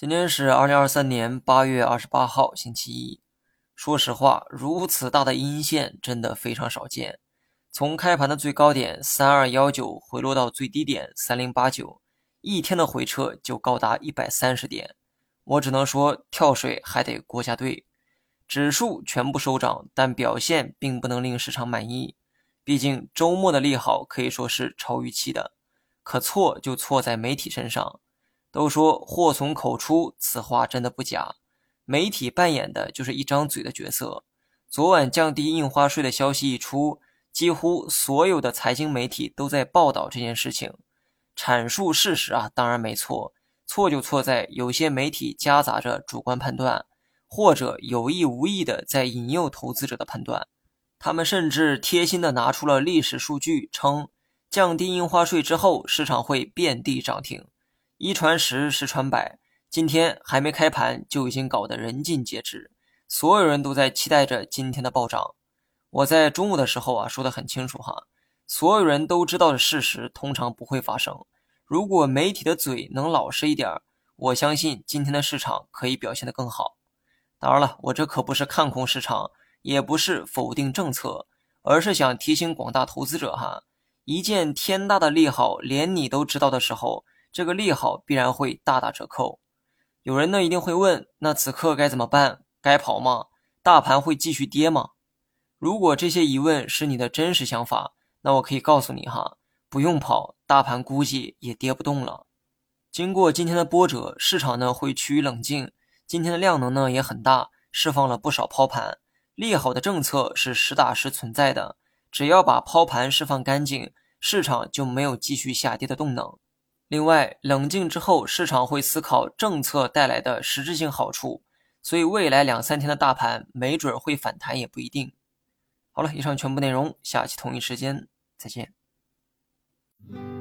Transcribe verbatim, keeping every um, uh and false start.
今天是二零二三年八月二十八号，星期一。说实话，如此大的阴线真的非常少见。从开盘的最高点三二一九回落到最低点三零八九，一天的回撤就高达一百三十点。我只能说跳水还得国家队。指数全部收涨，但表现并不能令市场满意。毕竟周末的利好可以说是超预期的，可错就错在媒体身上。都说祸从口出，此话真的不假。媒体扮演的就是一张嘴的角色。昨晚降低印花税的消息一出，几乎所有的财经媒体都在报道这件事情，阐述事实啊，当然没错，错就错在有些媒体夹杂着主观判断，或者有意无意的在引诱投资者的判断。他们甚至贴心的拿出了历史数据，称降低印花税之后，市场会遍地涨停。一传十，十传百，今天还没开盘就已经搞得人尽皆知，所有人都在期待着今天的暴涨。我在中午的时候啊说得很清楚哈，所有人都知道的事实通常不会发生。如果媒体的嘴能老实一点，我相信今天的市场可以表现得更好。当然了，我这可不是看空市场，也不是否定政策，而是想提醒广大投资者哈，一件天大的利好连你都知道的时候，这个利好必然会大打折扣。有人呢一定会问，那此刻该怎么办？该跑吗？大盘会继续跌吗？如果这些疑问是你的真实想法，那我可以告诉你哈，不用跑，大盘估计也跌不动了。经过今天的波折，市场呢会趋于冷静，今天的量能呢也很大，释放了不少抛盘。利好的政策是实打实存在的，只要把抛盘释放干净，市场就没有继续下跌的动能。另外，冷静之后，市场会思考政策带来的实质性好处，所以未来两三天的大盘没准会反弹也不一定。好了，以上全部内容，下期同一时间再见。